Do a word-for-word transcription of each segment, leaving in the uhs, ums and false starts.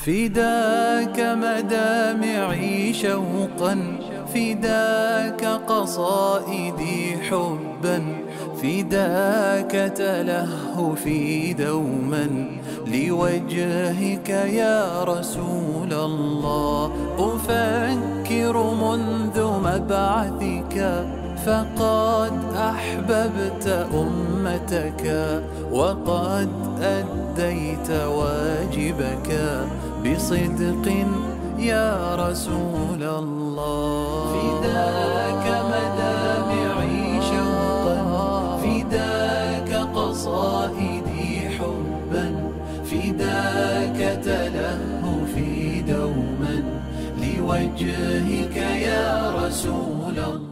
فداك مدامعي شوقا، فداك قصائدي حبا، فداك تلهفي دوما لوجهك يا رسول الله. أفكر منذ مبعثك فقد أحببت أمتك، وقد أديت واجبك بصدق يا رسول الله. فداك مدامعي شوقا، فداك قصائدي حبا، فداك تلهفي دوما لوجهك يا رسول الله.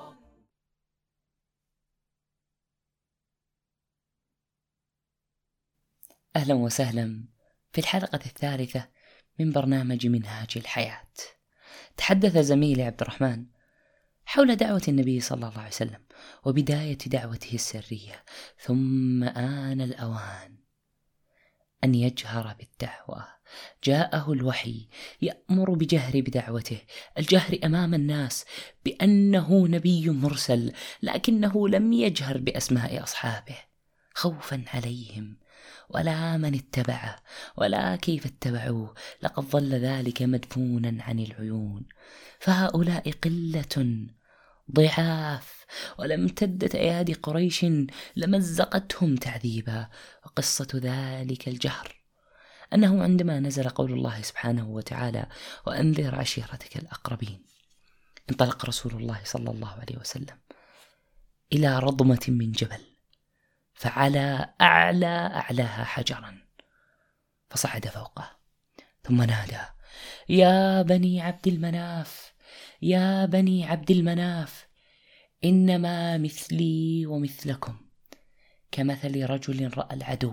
أهلا وسهلا في الحلقة الثالثة من برنامج منهاج الحياة. تحدث زميلي عبد الرحمن حول دعوة النبي صلى الله عليه وسلم وبداية دعوته السرية، ثم آن الأوان أن يجهر بالدعوة. جاءه الوحي يأمر بجهر بدعوته، الجهر أمام الناس بأنه نبي مرسل، لكنه لم يجهر بأسماء أصحابه خوفا عليهم ولا من اتبعه ولا كيف اتبعوه، لقد ظل ذلك مدفونا عن العيون. فهؤلاء قلة ضعاف، ولم امتدت أيادي قريش لمزقتهم تعذيبا. وقصة ذلك الجهر أنه عندما نزل قول الله سبحانه وتعالى وأنذر عشيرتك الأقربين، انطلق رسول الله صلى الله عليه وسلم إلى رضمة من جبل، فعلى أعلى أعلاها حجرا فصعد فوقه، ثم نادى: يا بني عبد المناف، يا بني عبد المناف، إنما مثلي ومثلكم كمثل رجل رأى العدو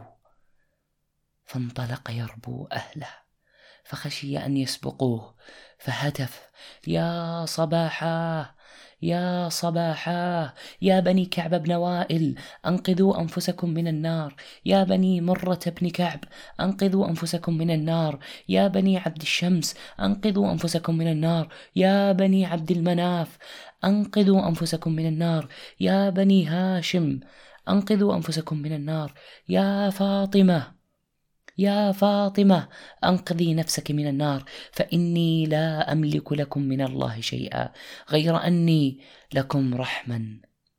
فانطلق يربو أهله، فخشي أن يسبقوه فهتف: يا صباحا، يا صباحا، يا بني كعب بن وائل أنقذوا أنفسكم من النار، يا بني مرة بن كعب أنقذوا أنفسكم من النار، يا بني عبد الشمس أنقذوا أنفسكم من النار، يا بني عبد المناف أنقذوا أنفسكم من النار، يا بني هاشم أنقذوا أنفسكم من النار، يا فاطمة، يا فاطمة أنقذي نفسك من النار، فإني لا أملك لكم من الله شيئا غير أني لكم رحما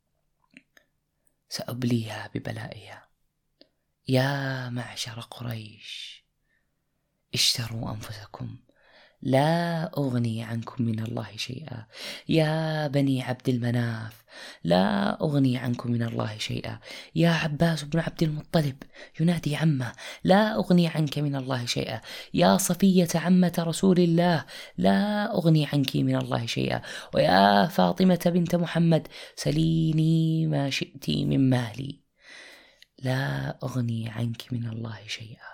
سأبليها ببلائها. يا معشر قريش اشتروا أنفسكم، لا أغني عنكم من الله شيئا، يا بني عبد المناف لا أغني عنكم من الله شيئا، يا عباس بن عبد المطلب ينادي عمه: لا أغني عنك من الله شيئا، يا صفية عمة رسول الله لا أغني عنك من الله شيئا، ويا فاطمة بنت محمد سليني ما شئت من مالي، لا أغني عنك من الله شيئا.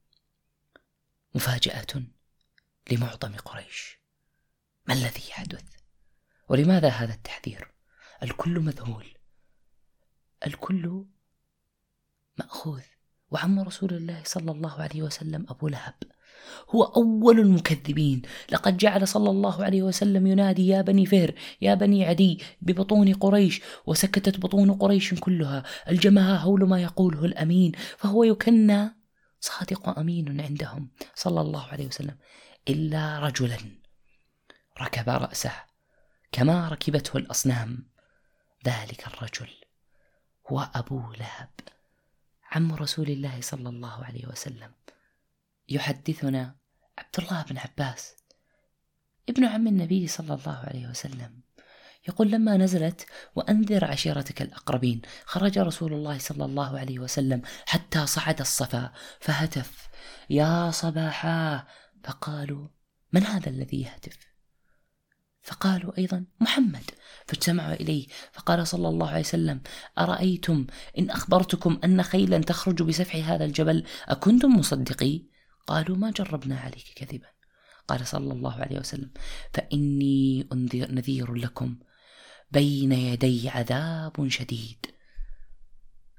مفاجأة لمعظم قريش، ما الذي يحدث؟ ولماذا هذا التحذير؟ الكل مذهول، الكل مأخوذ. وعم رسول الله صلى الله عليه وسلم أبو لهب هو أول المكذبين، لقد جعل صلى الله عليه وسلم ينادي: يا بني فهر، يا بني عدي ببطون قريش، وسكتت بطون قريش كلها، الجماعة هول ما يقوله الأمين، فهو يكنى صادق أمين عندهم صلى الله عليه وسلم، إلا رجلا ركب رأسه كما ركبته الأصنام. ذلك الرجل هو أبو لهب عم رسول الله صلى الله عليه وسلم. يحدثنا عبد الله بن عباس ابن عم النبي صلى الله عليه وسلم يقول: لما نزلت وأنذر عشيرتك الأقربين، خرج رسول الله صلى الله عليه وسلم حتى صعد الصفا فهتف: يا صباحا، فقالوا: من هذا الذي يهتف؟ فقالوا أيضا: محمد. فاجتمعوا إليه فقال صلى الله عليه وسلم: أرأيتم إن أخبرتكم أن خيلا تخرج بسفح هذا الجبل أكنتم مصدقي؟ قالوا: ما جربنا عليك كذبا. قال صلى الله عليه وسلم: فإني أنذر نذير لكم بين يدي عذاب شديد.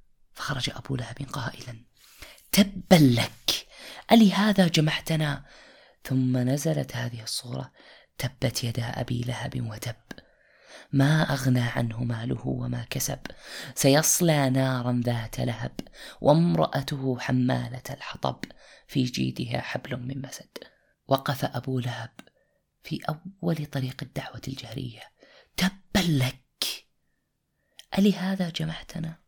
فخرج أبو لهب قائلا: تبا لك، ألهذا جمعتنا؟ ثم نزلت هذه الصورة: تبت يدا أبي لهب وتب، ما أغنى عنه ماله وما كسب، سيصلى نارا ذات لهب، وامرأته حمالة الحطب، في جيدها حبل من مسد. وقف أبو لهب في أول طريق الدعوة الجهرية: تبا لك، ألهذا جمعتنا؟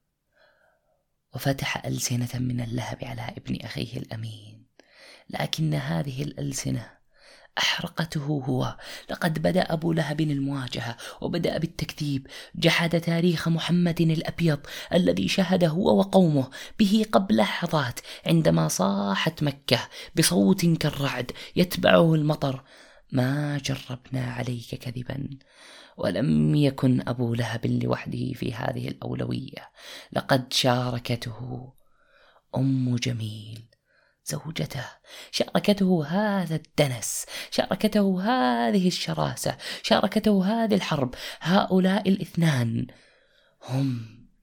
وفتح ألسنة من اللهب على ابن أخيه الأمين، لكن هذه الألسنة أحرقته هو. لقد بدأ أبو لهب المواجهة وبدأ بالتكذيب، جحد تاريخ محمد الأبيض الذي شهد هو وقومه به قبل لحظات عندما صاحت مكة بصوت كالرعد يتبعه المطر: ما جربنا عليك كذبا. ولم يكن أبو لهب لوحده في هذه الأولوية، لقد شاركته أم جميل زوجته، شاركته هذا الدنس، شاركته هذه الشراسة، شاركته هذه الحرب. هؤلاء الاثنان هم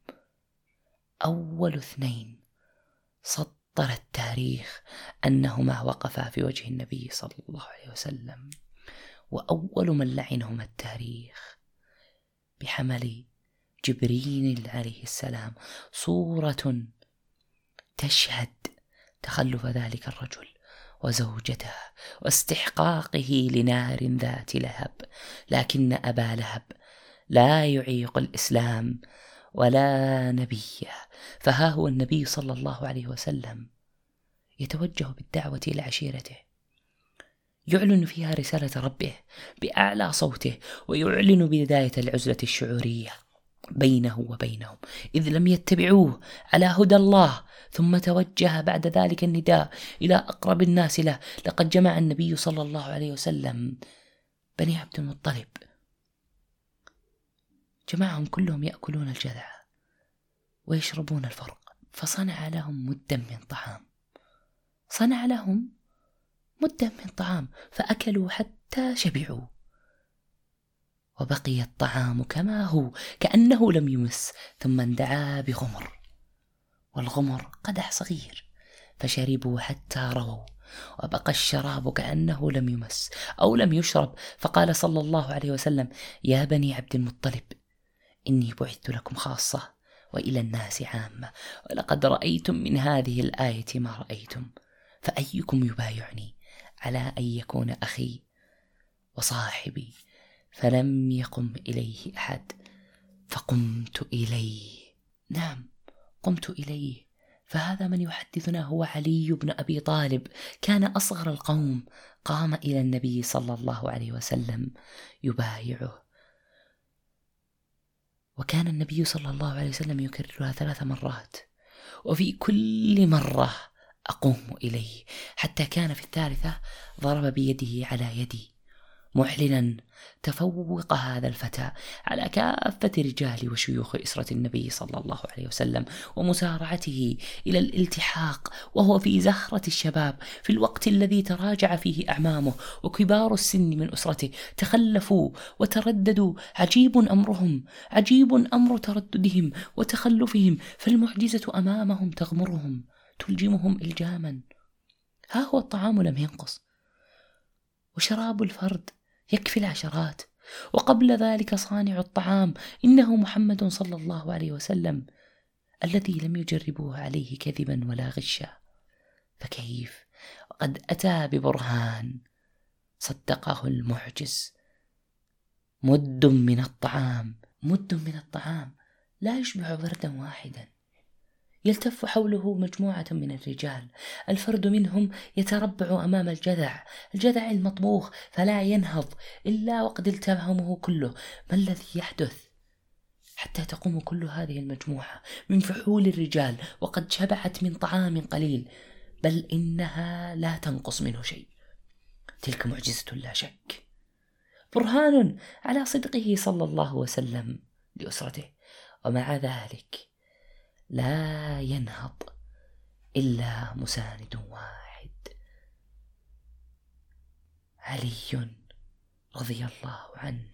أول اثنين سطر التاريخ أنهما وقفا في وجه النبي صلى الله عليه وسلم، وأول من لعنهما التاريخ بحمل جبريل عليه السلام صورة تشهد تخلف ذلك الرجل وزوجته واستحقاقه لنار ذات لهب. لكن أبا لهب لا يعيق الإسلام ولا نبيه، فها هو النبي صلى الله عليه وسلم يتوجه بالدعوة إلى عشيرته، يعلن فيها رسالة ربه بأعلى صوته، ويعلن بداية العزلة الشعورية بينه وبينهم، إذ لم يتبعوه على هدى الله. ثم توجه بعد ذلك النداء إلى أقرب الناس له. لقد جمع النبي صلى الله عليه وسلم بني عبد المطلب، جمعهم كلهم يأكلون الجذع ويشربون الفرق، فصنع لهم مدا من طعام، صنع لهم مدا من طعام فأكلوا حتى شبعوا، وبقي الطعام كما هو كأنه لم يمس. ثم اندعا بغمر، والغمر قدح صغير، فشربوا حتى رووا، وبقى الشراب كأنه لم يمس أو لم يشرب. فقال صلى الله عليه وسلم: يا بني عبد المطلب، إني بعثت لكم خاصة وإلى الناس عامة، ولقد رأيتم من هذه الآية ما رأيتم، فأيكم يبايعني على أن يكون أخي وصاحبي؟ فلم يقم إليه أحد، فقمت إليه. نعم، قمت إليه. فهذا من يحدثنا هو علي بن أبي طالب، كان أصغر القوم، قام إلى النبي صلى الله عليه وسلم يبايعه، وكان النبي صلى الله عليه وسلم يكررها ثلاث مرات، وفي كل مرة أقوم إليه، حتى كان في الثالثة ضرب بيده على يدي محللا تفوق هذا الفتى على كافة رجال وشيوخ إسرة النبي صلى الله عليه وسلم، ومسارعته إلى الالتحاق وهو في زهرة الشباب، في الوقت الذي تراجع فيه أعمامه وكبار السن من أسرته تخلفوا وترددوا. عجيب أمرهم، عجيب أمر ترددهم وتخلفهم، فالمعجزة أمامهم تغمرهم تلجمهم إلجاما. ها هو الطعام لم ينقص، وشراب الفرد يكفي العشرات، وقبل ذلك صانع الطعام إنه محمد صلى الله عليه وسلم الذي لم يجربوه عليه كذبا ولا غشا. فكيف وقد أتى ببرهان صدقه المعجز؟ مد من الطعام، مد من الطعام لا يشبع فردا واحدا، يلتف حوله مجموعة من الرجال، الفرد منهم يتربع أمام الجذع، الجذع المطبوخ، فلا ينهض إلا وقد التهمه كله. ما الذي يحدث حتى تقوم كل هذه المجموعة من فحول الرجال وقد شبعت من طعام قليل؟ بل إنها لا تنقص منه شيء. تلك معجزة لا شك، برهان على صدقه صلى الله وسلم لأسرته، ومع ذلك لا ينهض إلا مساند واحد، علي رضي الله عنه.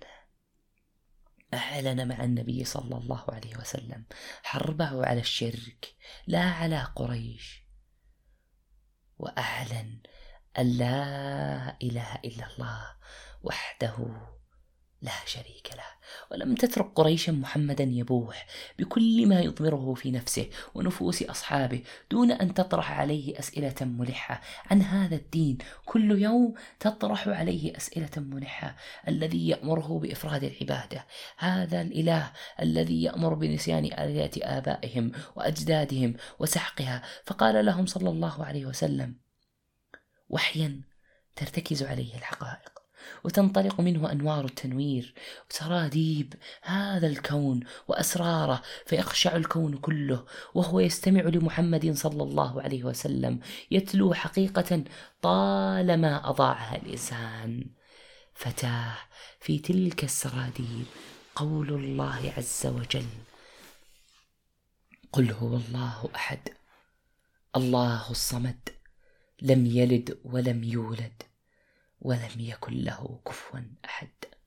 أعلن مع النبي صلى الله عليه وسلم حربه على الشرك لا على قريش، وأعلن أن لا إله إلا الله وحده لا شريك له. ولم تترك قريشا محمدا يبوح بكل ما يضمره في نفسه ونفوس أصحابه دون أن تطرح عليه أسئلة ملحة عن هذا الدين. كل يوم تطرح عليه أسئلة ملحة. الذي يأمره بإفراد العبادة، هذا الإله الذي يأمر بنسيان آلهة آبائهم وأجدادهم وسحقها. فقال لهم صلى الله عليه وسلم وحيا ترتكز عليه الحقائق وتنطلق منه أنوار التنوير وسراديب هذا الكون وأسراره، فيخشع الكون كله وهو يستمع لمحمد صلى الله عليه وسلم يتلو حقيقة طالما أضاعها الإنسان. فتاه في تلك السراديب قول الله عز وجل: قل هو الله أحد الله الصمد لم يلد ولم يولد ولم يكن له كفوا أحد.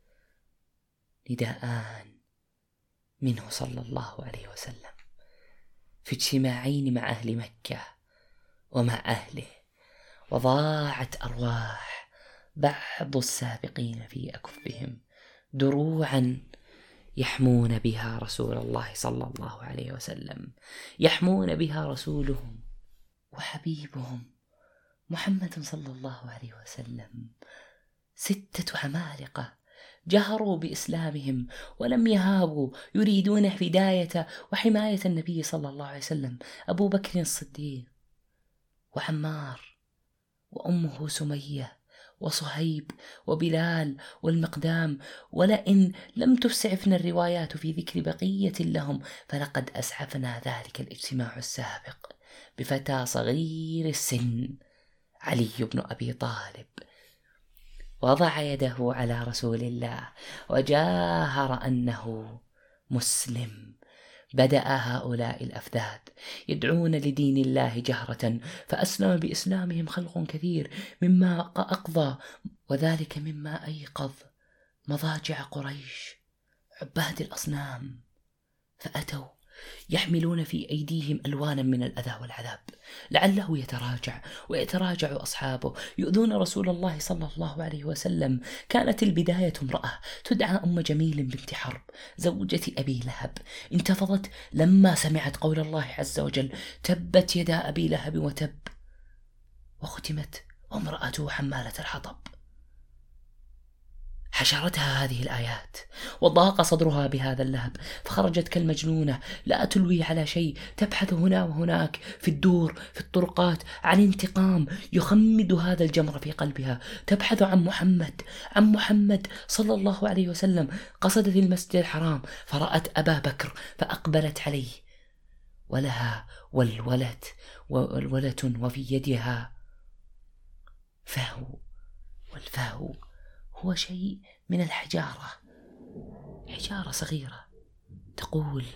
نداءان منه صلى الله عليه وسلم في اجتماعين مع أهل مكة ومع أهله، وضاعت أرواح بعض السابقين في أكفهم دروعا يحمون بها رسول الله صلى الله عليه وسلم، يحمون بها رسولهم وحبيبهم محمد صلى الله عليه وسلم. ستة عمالقة جهروا بإسلامهم ولم يهابوا، يريدون هداية وحماية النبي صلى الله عليه وسلم: أبو بكر الصديق وعمار وأمه سمية وصهيب وبلال والمقدام. ولئن لم تسعفنا الروايات في ذكر بقية لهم فلقد أسعفنا ذلك الاجتماع السابق بفتى صغير السن علي بن أبي طالب، وضع يده على رسول الله وجاهر أنه مسلم. بدأ هؤلاء الأفذاذ يدعون لدين الله جهرة، فأسلم بإسلامهم خلق كثير مما أقضى، وذلك مما أيقظ مضاجع قريش عباد الأصنام، فأتوا يحملون في أيديهم ألوانا من الأذى والعذاب لعله يتراجع ويتراجع أصحابه، يؤذون رسول الله صلى الله عليه وسلم. كانت البداية امرأة تدعى أم جميل بنت حرب زوجة أبي لهب، انتفضت لما سمعت قول الله عز وجل: تبت يدا أبي لهب وتب، وختمت وامرأته حمالة الحطب. حشرتها هذه الآيات وضاق صدرها بهذا اللهب، فخرجت كالمجنونة لا تلوي على شيء، تبحث هنا وهناك في الدور في الطرقات عن انتقام يخمد هذا الجمر في قلبها، تبحث عن محمد عن محمد صلى الله عليه وسلم. قصدت المسجد الحرام فرأت أبا بكر فأقبلت عليه، ولها والولة والولة وفي يدها فهو، والفهو هو شيء من الحجارة، حجارة صغيرة، تقول: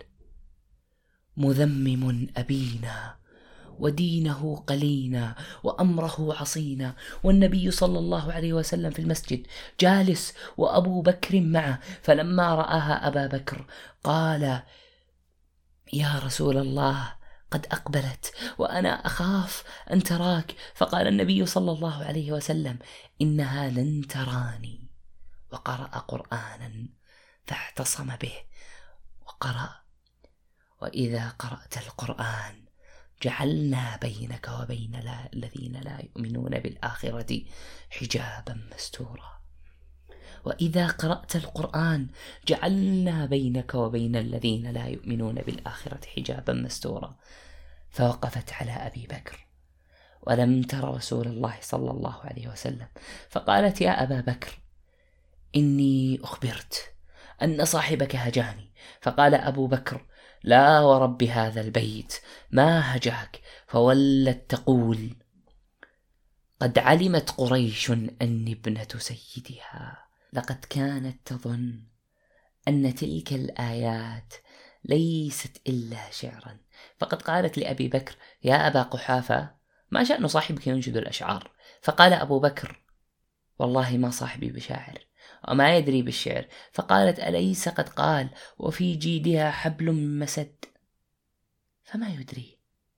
مذمم أبينا ودينه قلينا وأمره عصينا. والنبي صلى الله عليه وسلم في المسجد جالس وأبو بكر معه، فلما رآها أبا بكر قال: يا رسول الله قد أقبلت وأنا أخاف أن تراك. فقال النبي صلى الله عليه وسلم: إنها لن تراني. وقرأ قرآنا فاعتصم به وقرأ: وإذا قرأت القرآن جعلنا بينك وبين لا الذين لا يؤمنون بالآخرة حجابا مستورا. وإذا قرأت القرآن جعلنا بينك وبين الذين لا يؤمنون بالآخرة حجابا مستورا. فوقفت على أبي بكر ولم تر رسول الله صلى الله عليه وسلم، فقالت: يا أبا بكر إني أخبرت أن صاحبك هجاني. فقال أبو بكر: لا ورب هذا البيت ما هجاك. فولت تقول: قد علمت قريش أني ابنة سيدها. لقد كانت تظن أن تلك الآيات ليست إلا شعرا، فقد قالت لأبي بكر: يا أبا قحافة ما شأن صاحبك ينشد الأشعار؟ فقال أبو بكر: والله ما صاحبي بشاعر وما يدري بالشعر. فقالت: أليس قد قال: وفي جيدها حبل من مسد؟ فما يدري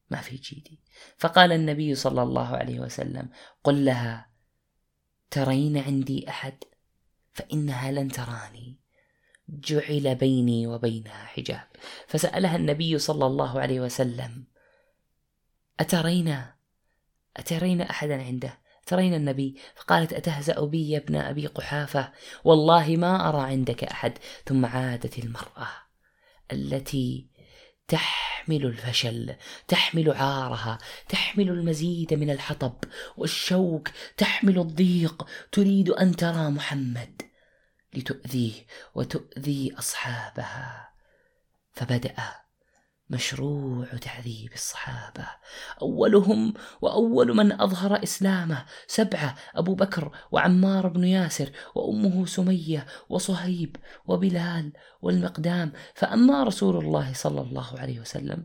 ما في جيدي. فقال النبي صلى الله عليه وسلم: قل لها ترين عندي أحد؟ فإنها لن تراني، جعل بيني وبينها حجاب. فسألها النبي صلى الله عليه وسلم: أترين أترين أحدا عنده؟ ترين النبي؟ فقالت: أتهزأ بي يا ابن أبي قحافة، والله ما أرى عندك أحد. ثم عادت المرأة التي تحمل الفشل، تحمل عارها، تحمل المزيد من الحطب والشوك، تحمل الضيق، تريد أن ترى محمد لتؤذيه وتؤذي أصحابها. فبدأ مشروع تعذيب الصحابة. أولهم وأول من أظهر إسلامه سبعة: أبو بكر وعمار بن ياسر وأمه سمية وصهيب وبلال والمقدام. فأما رسول الله صلى الله عليه وسلم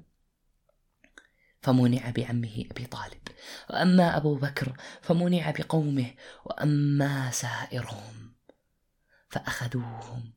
فمنع بعمه أبي طالب، وأما أبو بكر فمنع بقومه، وأما سائرهم فأخذوهم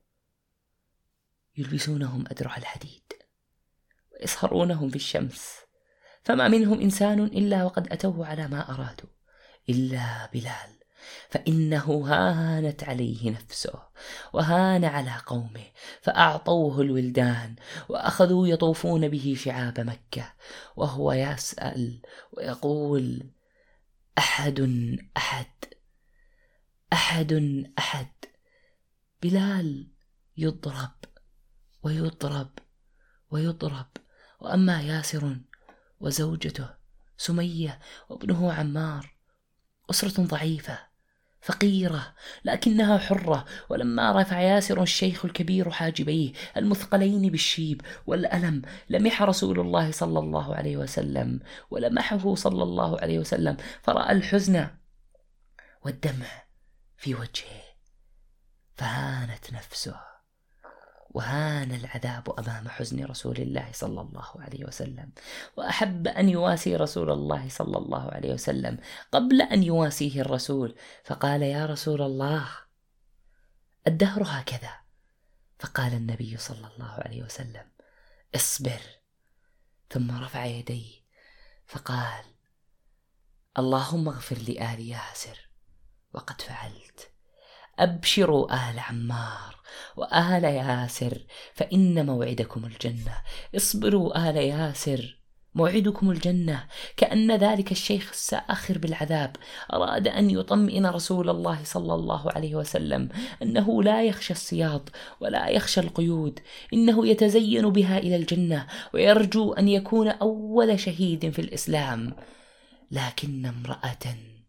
يلبسونهم أدرع الحديد ويسهرونهم في الشمس، فما منهم إنسان إلا وقد أتوه على ما أرادوا إلا بلال، فإنه هانت عليه نفسه وهان على قومه، فأعطوه الولدان وأخذوا يطوفون به شعاب مكة، وهو يسأل ويقول: أحد أحد أحد أحد. بلال يضرب ويضرب ويضرب. وأما ياسر وزوجته سمية وابنه عمار، أسرة ضعيفة فقيرة لكنها حرة. ولما رفع ياسر الشيخ الكبير حاجبيه المثقلين بالشيب والألم، لمح رسول الله صلى الله عليه وسلم ولمحه صلى الله عليه وسلم، فرأى الحزن والدمع في وجهه، فهانت نفسه وهان العذاب أمام حزن رسول الله صلى الله عليه وسلم، وأحب أن يواسي رسول الله صلى الله عليه وسلم قبل أن يواسيه الرسول، فقال: يا رسول الله الدهر هكذا. فقال النبي صلى الله عليه وسلم: اصبر. ثم رفع يديه فقال: اللهم اغفر لآل ياسر وقد فعلت. أبشروا آل عمار وآل ياسر فإن موعدكم الجنة. اصبروا آل ياسر، موعدكم الجنة. كأن ذلك الشيخ الساخر بالعذاب أراد أن يطمئن رسول الله صلى الله عليه وسلم أنه لا يخشى السياط ولا يخشى القيود، إنه يتزين بها إلى الجنة ويرجو أن يكون أول شهيد في الإسلام. لكن امرأة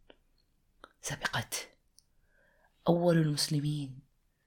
سبقت أول المسلمين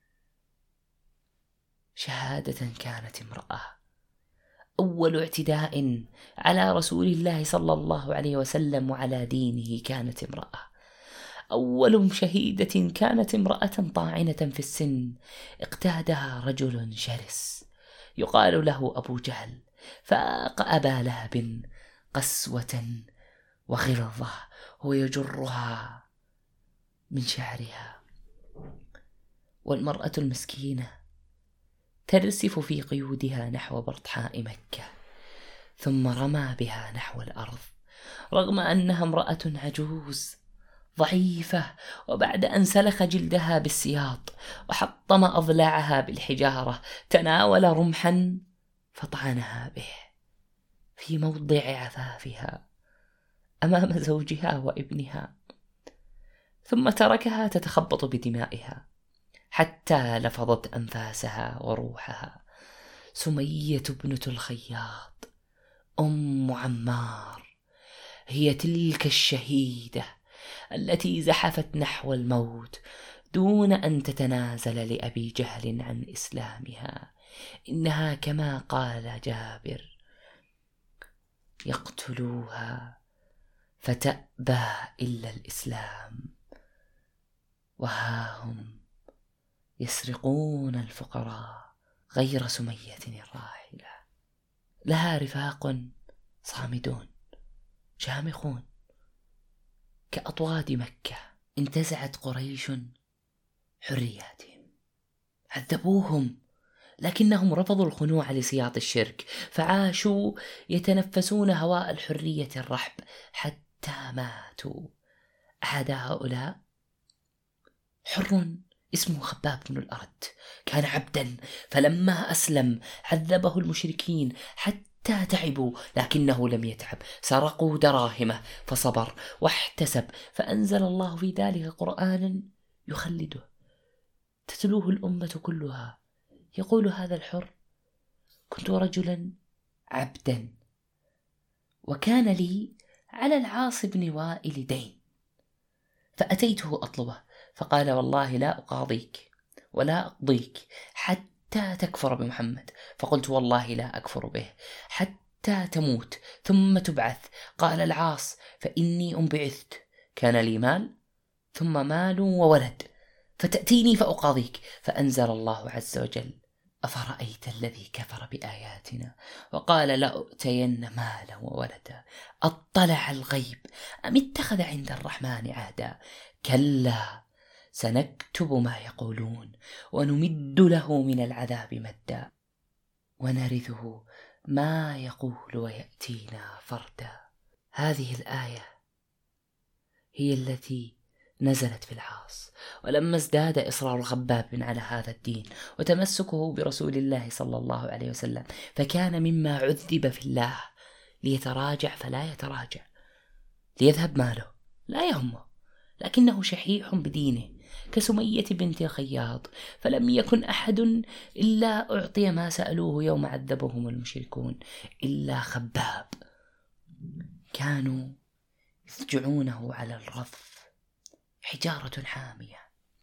شهادة كانت امرأة. أول اعتداء على رسول الله صلى الله عليه وسلم وعلى دينه كانت امرأة. أول شهيدة كانت امرأة طاعنة في السن اقتادها رجل شرس يقال له أبو جهل، فاق أبا لهب قسوة وغلظة ويجرها من شعرها، والمرأة المسكينة ترسف في قيودها نحو بطحاء مكة، ثم رمى بها نحو الأرض رغم أنها امرأة عجوز ضعيفة، وبعد أن سلخ جلدها بالسياط وحطم أضلاعها بالحجارة تناول رمحا فطعنها به في موضع عفافها أمام زوجها وابنها، ثم تركها تتخبط بدمائها حتى لفظت أنفاسها وروحها. سمية ابنة الخياط أم عمار هي تلك الشهيدة التي زحفت نحو الموت دون أن تتنازل لأبي جهل عن إسلامها. إنها كما قال جابر: يقتلوها فتأبى إلا الإسلام، وها هم يسرقون الفقراء غير سمية الراحلة. لها رفاق صامدون شامخون كأطواد مكة. انتزعت قريش حرياتهم، عذبوهم لكنهم رفضوا الخنوع لسياط الشرك، فعاشوا يتنفسون هواء الحرية الرحب حتى ماتوا. أحد هؤلاء حر اسمه خباب بن الأرت، كان عبدا، فلما أسلم عذبه المشركين حتى تعبوا، لكنه لم يتعب، سرقوا دراهمه فصبر واحتسب، فأنزل الله في ذلك قرآنا يخلده تتلوه الأمة كلها. يقول هذا الحر: كنت رجلا عبدا، وكان لي على العاص بن وائل دين، فأتيته أطلبه، فقال: والله لا أقاضيك ولا أقضيك حتى تكفر بمحمد. فقلت: والله لا أكفر به حتى تموت ثم تبعث. قال العاص: فإني أنبعثت، كان لي مال ثم مال وولد، فتأتيني فأقاضيك. فأنزل الله عز وجل: أفرأيت الذي كفر بآياتنا وقال لأؤتين مالا وولدا أطلع الغيب أم اتخذ عند الرحمن عهدا. كلا سنكتب ما يقولون ونمد له من العذاب مدا ونرثه ما يقول ويأتينا فردا. هذه الآية هي التي نزلت في العاص، ولما ازداد إصرار خباب على هذا الدين وتمسكه برسول الله صلى الله عليه وسلم، فكان مما عذب في الله ليتراجع فلا يتراجع، ليذهب ماله لا يهمه، لكنه شحيح بدينه كسمية بنت الخياط، فلم يكن أحد إلا أعطي ما سألوه يوم عذبهم المشركون إلا خباب. كانوا يسجعونه على الرف حجارة حامية،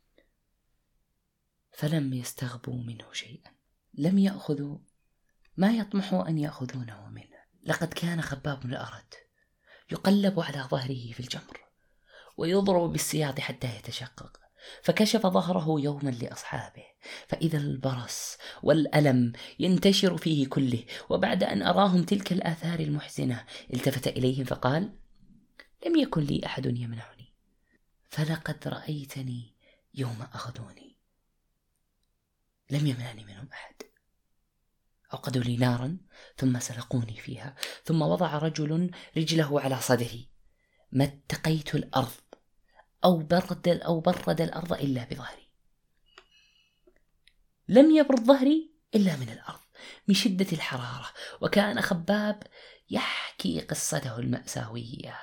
فلم يستغبوا منه شيئا، لم يأخذوا ما يطمحوا أن يأخذونه منه. لقد كان خباب بن الأرت يقلب على ظهره في الجمر ويضرب بالسياط حتى يتشقق، فكشف ظهره يوما لأصحابه فإذا البرص والألم ينتشر فيه كله، وبعد أن أراهم تلك الآثار المحزنة التفت إليهم فقال: لم يكن لي أحد يمنعني، فلقد رأيتني يوم أخذوني لم يمنعني منهم أحد. أوقدوا لي نارا ثم سلقوني فيها، ثم وضع رجل رجله على صدري، ما اتقيت الأرض أو برد, أو برد الأرض إلا بظهري، لم يبرد ظهري إلا من الأرض من شدة الحرارة. وكان خباب يحكي قصته المأساوية،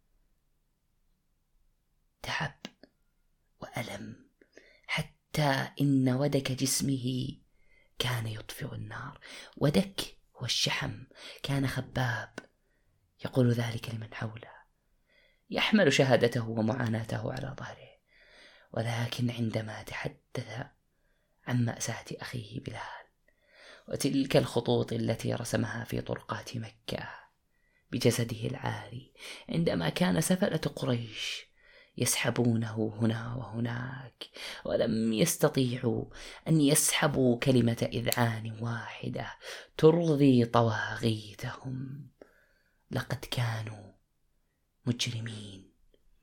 تعب وألم حتى إن ودك جسمه كان يطفئ النار. ودك هو الشحم. كان خباب يقول ذلك لمن حوله، يحمل شهادته ومعاناته على ظهره، ولكن عندما تحدث عن مأساة أخيه بلال وتلك الخطوط التي رسمها في طرقات مكة بجسده العاري، عندما كان سفلة قريش يسحبونه هنا وهناك ولم يستطيعوا أن يسحبوا كلمة إذعان واحدة ترضي طواغيتهم، لقد كانوا مجرمين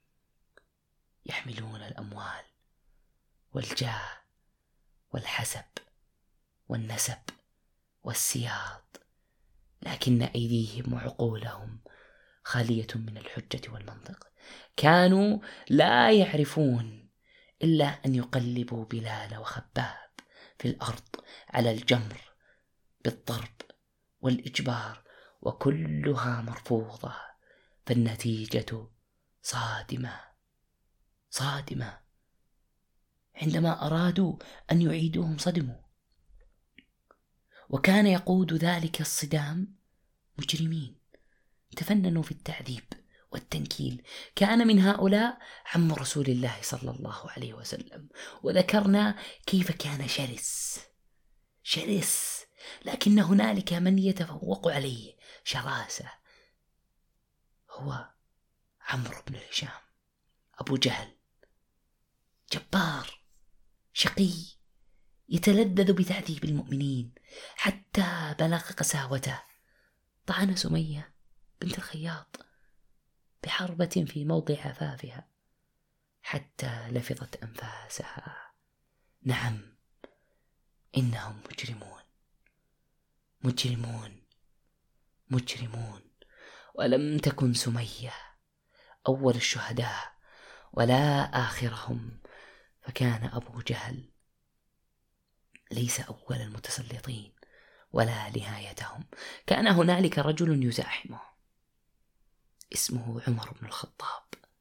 يحملون الأموال والجاه والحسب والنسب والسياط، لكن أيديهم وعقولهم خالية من الحجة والمنطق. كانوا لا يعرفون إلا أن يقلبوا بلال وخباب في الأرض على الجمر بالضرب والإجبار، وكلها مرفوضة، فالنتيجة صادمة صادمة. عندما أرادوا أن يعيدوهم صدموا، وكان يقود ذلك الصدام مجرمين تفننوا في التعذيب والتنكيل. كان من هؤلاء عم رسول الله صلى الله عليه وسلم، وذكرنا كيف كان شرس شرس لكن هنالك من يتفوق عليه شراسة، هو عمرو بن هشام أبو جهل، جبار شقي يتلذذ بتعذيب المؤمنين حتى بلغ قساوته. طعن سمية بنت الخياط بحربة في موضع عفافها حتى لفظت أنفاسها. نعم، إنهم مجرمون. مجرمون مجرمون. ولم تكن سمية أول الشهداء ولا آخرهم، فكان أبو جهل ليس أول المتسلطين ولا نهايتهم. كان هنالك رجل يزاحمه اسمه عمر بن الخطاب.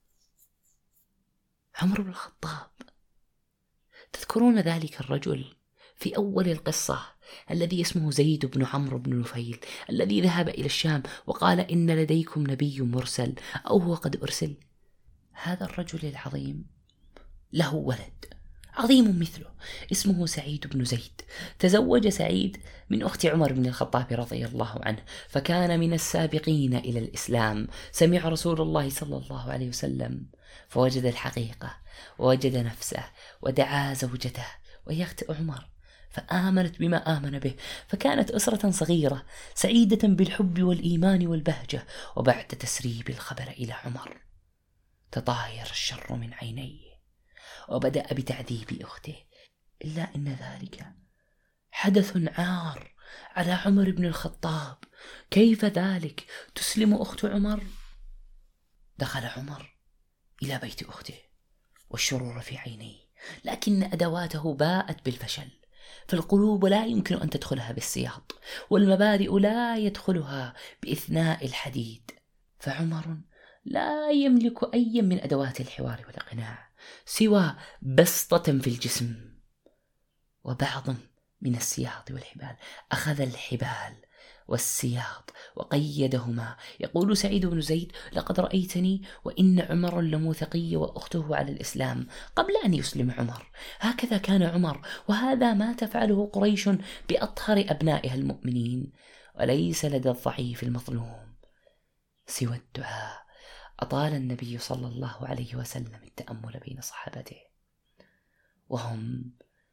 عمر بن الخطاب، تذكرون ذلك الرجل في أول القصة الذي اسمه زيد بن عمرو بن نفيل، الذي ذهب إلى الشام وقال إن لديكم نبي مرسل أو هو قد أرسل؟ هذا الرجل العظيم له ولد عظيم مثله اسمه سعيد بن زيد. تزوج سعيد من أخت عمر بن الخطاب رضي الله عنه، فكان من السابقين إلى الإسلام. سمع رسول الله صلى الله عليه وسلم فوجد الحقيقة ووجد نفسه، ودعا زوجته وهي أخت عمر فآمنت بما آمن به، فكانت أسرة صغيرة سعيدة بالحب والإيمان والبهجة. وبعد تسريب الخبر إلى عمر تطاير الشر من عينيه وبدأ بتعذيب أخته، إلا إن ذلك حدث عار على عمر بن الخطاب. كيف ذلك؟ تسلم أخت عمر؟ دخل عمر إلى بيت أخته والشرور في عينيه، لكن أدواته باءت بالفشل. فالقلوب لا يمكن أن تدخلها بالسياط، والمبادئ لا يدخلها بإثناء الحديد. فعمر لا يملك أي من أدوات الحوار والإقناع سوى بسطة في الجسم وبعض من السياط والحبال. أخذ الحبال والسياط وقيدهما. يقول سعيد بن زيد: لقد رأيتني وإن عمر لموثقي وأخته على الإسلام قبل أن يسلم عمر. هكذا كان عمر، وهذا ما تفعله قريش بأطهر أبنائها المؤمنين. وليس لدى الضعيف المظلوم سوى الدعاء. أطال النبي صلى الله عليه وسلم التأمل بين صحابته وهم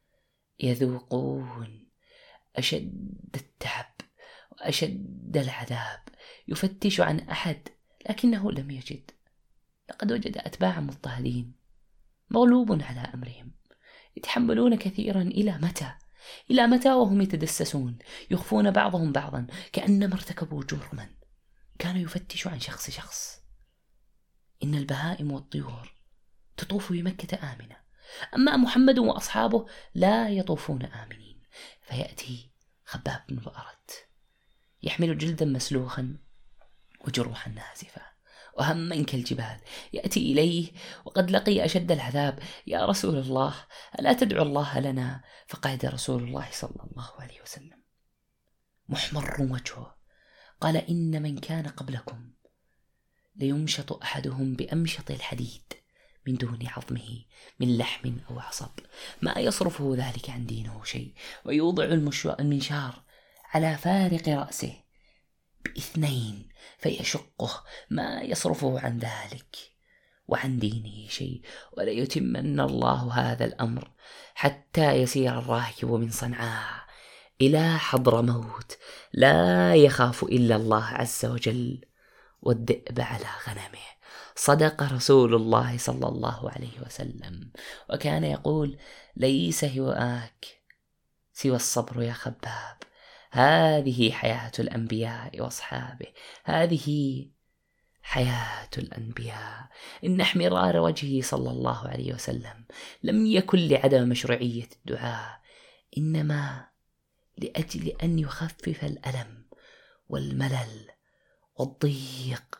يذوقون أشد التعب وأشد العذاب. يفتش عن أحد لكنه لم يجد. لقد وجد أتباعا مضطهدين مغلوب على أمرهم، يتحملون كثيرا. إلى متى؟ إلى متى وهم يتدسسون يخفون بعضهم بعضا كأنما ارتكبوا جرما؟ كان يفتش عن شخص شخص. إن البهائم والطيور تطوف بمكة آمنة، أما محمد وأصحابه لا يطوفون آمنين. فيأتي خباب بن بأرت يحمل جلدا مسلوخا وجروحا نازفة وهما كالجبال، يأتي إليه وقد لقي أشد العذاب: يا رسول الله، ألا تدعو الله لنا؟ فقعد رسول الله صلى الله عليه وسلم محمر وجهه، قال: إن من كان قبلكم ليمشط أحدهم بأمشط الحديد من دون عظمه من لحم أو عصب، ما يصرفه ذلك عن دينه شيء، ويوضع المنشار على فارق رأسه باثنين فيشقه، ما يصرفه عن ذلك وعن دينه شيء. وليتمن الله هذا الأمر حتى يسير الراكب من صنعاء إلى حضرموت لا يخاف إلا الله عز وجل والذئب على غنمه. صدق رسول الله صلى الله عليه وسلم، وكان يقول: ليس هواك سوى الصبر يا خباب. هذه حياة الأنبياء وأصحابه، هذه حياة الأنبياء. إن احمرار وجهه صلى الله عليه وسلم لم يكن لعدم مشروعية الدعاء، إنما لأجل أن يخفف الألم والملل والضيق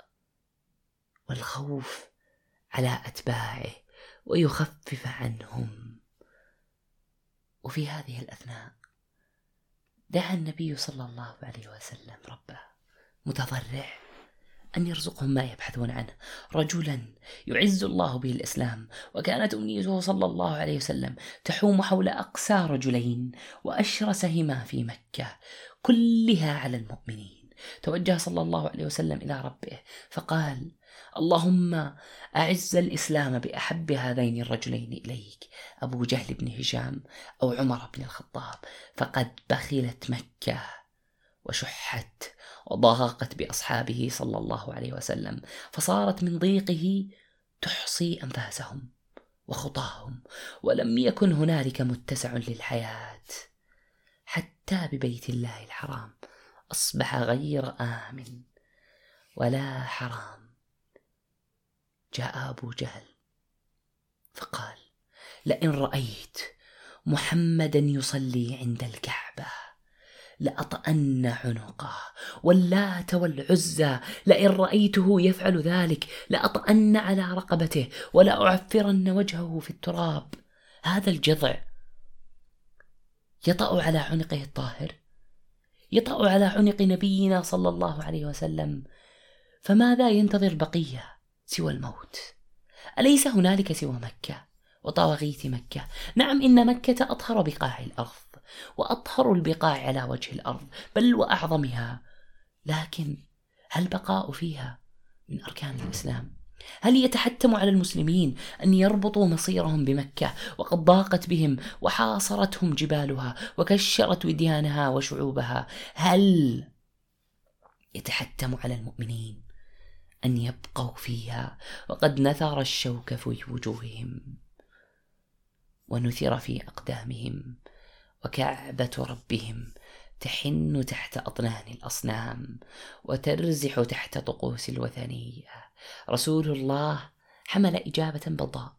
والخوف على أتباعه ويخفف عنهم. وفي هذه الأثناء دعا النبي صلى الله عليه وسلم ربه متضرع أن يرزقهم ما يبحثون عنه، رجلا يعز الله به الإسلام. وكانت أمنيته صلى الله عليه وسلم تحوم حول أقسى رجلين وأشرسهما في مكة كلها على المؤمنين. توجه صلى الله عليه وسلم إلى ربه فقال: اللهم أعز الإسلام بأحب هذين الرجلين إليك، أبو جهل بن هشام أو عمر بن الخطاب، فقد بخلت مكة وشحت وضاقت بأصحابه صلى الله عليه وسلم، فصارت من ضيقه تحصي أنفاسهم وخطاهم، ولم يكن هنالك متسع للحياة حتى ببيت الله الحرام أصبح غير آمن ولا حرام. جاء أبو جهل فقال: لئن رأيت محمدا يصلي عند الكعبة لأطأن عنقه، واللات والعزى لئن رأيته يفعل ذلك لأطأن على رقبته ولا أعفرن وجهه في التراب. هذا الجذع يطأ على عنقه الطاهر، يطأ على عنق نبينا صلى الله عليه وسلم، فماذا ينتظر بقية سوى الموت؟ أليس هنالك سوى مكة وطواغيت مكة؟ نعم، إن مكة أطهر بقاع الأرض وأطهر البقاع على وجه الأرض، بل وأعظمها، لكن هل بقاء فيها من أركان الإسلام؟ هل يتحتم على المسلمين أن يربطوا مصيرهم بمكة وقد ضاقت بهم وحاصرتهم جبالها وكشرت وديانها وشعوبها؟ هل يتحتم على المؤمنين أن يبقوا فيها وقد نثر الشوك في وجوههم ونثر في أقدامهم وكعبة ربهم تحن تحت أطنان الأصنام وترزح تحت طقوس الوثنية؟ رسول الله حمل إجابة بيضاء،